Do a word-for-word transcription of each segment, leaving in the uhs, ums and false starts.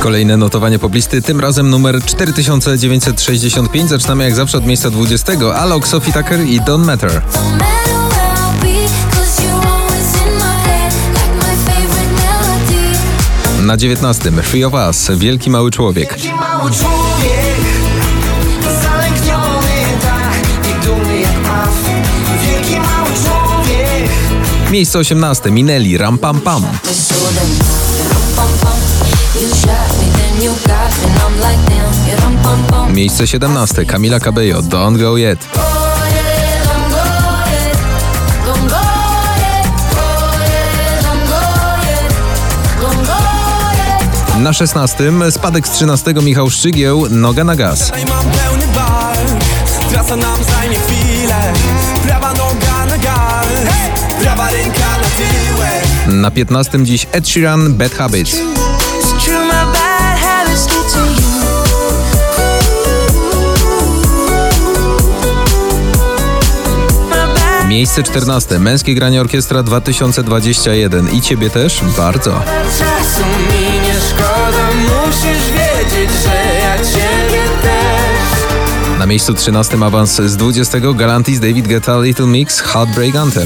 Kolejne notowanie poblisty, tym razem numer cztery tysiące dziewięćset sześćdziesiąt pięć. Zaczynamy jak zawsze od miejsca dwudziestego. Alok, Sophie Tucker i Don't Matter. Na dziewiętnastym Three of Us, Wielki Mały Człowiek. Miejsce osiemnaste Minelli, Ram Pam Pam. Miejsce siedemnaste Camila Cabello, Don't Go Yet. Na szesnastym spadek z trzynastego Michał Szczygieł, Noga na gaz. Trasa nam zajmie chwilę. Prawa noga na gaz, prawa ręka na tyłek. Na piętnastym dziś Ed Sheeran, Bad Habits. Miejsce czternaste Męskie granie orkiestra dwa tysiące dwadzieścia jeden. I ciebie też bardzo. Czasu mi nie szkoda, musisz wiedzieć, że ja ciebie też. Na miejscu trzynastym awans z dwudziestego Galantis, David Guetta, Little Mix, Heartbreak Anthem.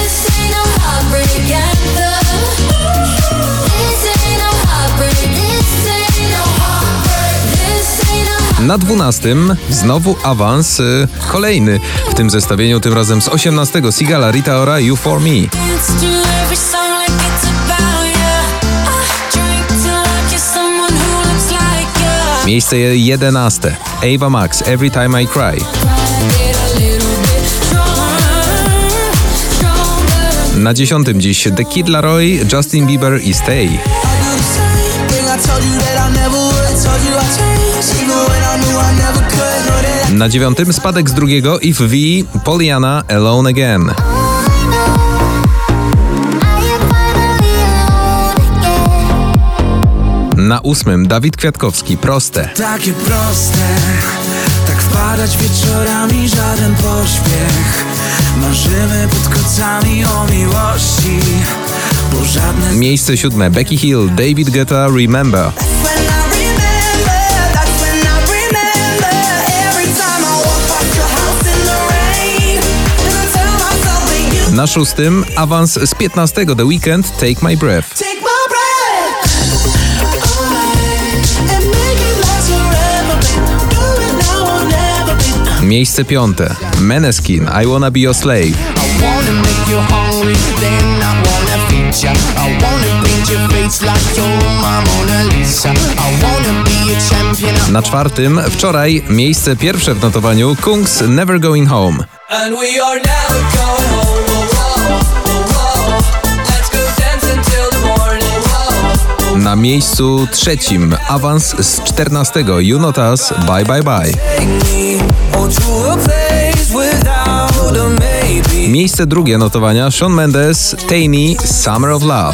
Na dwunastym znowu awans, y, kolejny w tym zestawieniu, tym razem z osiemnastego Sigala, Rita Ora, You For Me. Miejsce jedenaste Ava Max, Every Time I Cry. Na dziesiątym dziś The Kid Laroi, Justin Bieber i Stay. Na dziewiątym spadek z drugiego If V, Pollyanna, Alone Again. Na ósmym Dawid Kwiatkowski, Proste. Takie proste, tak wpadać wieczorami, żaden pośpiech. Marzymy pod kocami o miłości, bo żadne... Miejsce siódme Becky Hill, David Guetta, Remember. Na szóstym awans z piętnastego The Weeknd, Take My Breath. Miejsce piąte Måneskin, I Wanna Be Your Slave. Na czwartym wczoraj miejsce pierwsze w notowaniu Kungs, Never Going Home. Na miejscu trzecim awans z czternastego You Not Us, Bye Bye Bye. Miejsce drugie notowania Shawn Mendes, Tainy, Summer of Love.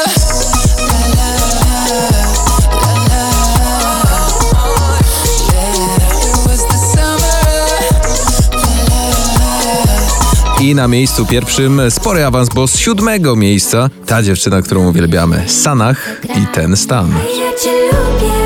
I na miejscu pierwszym spory awans, bo z siódmego miejsca ta dziewczyna, którą uwielbiamy, Sanach i Ten Stan.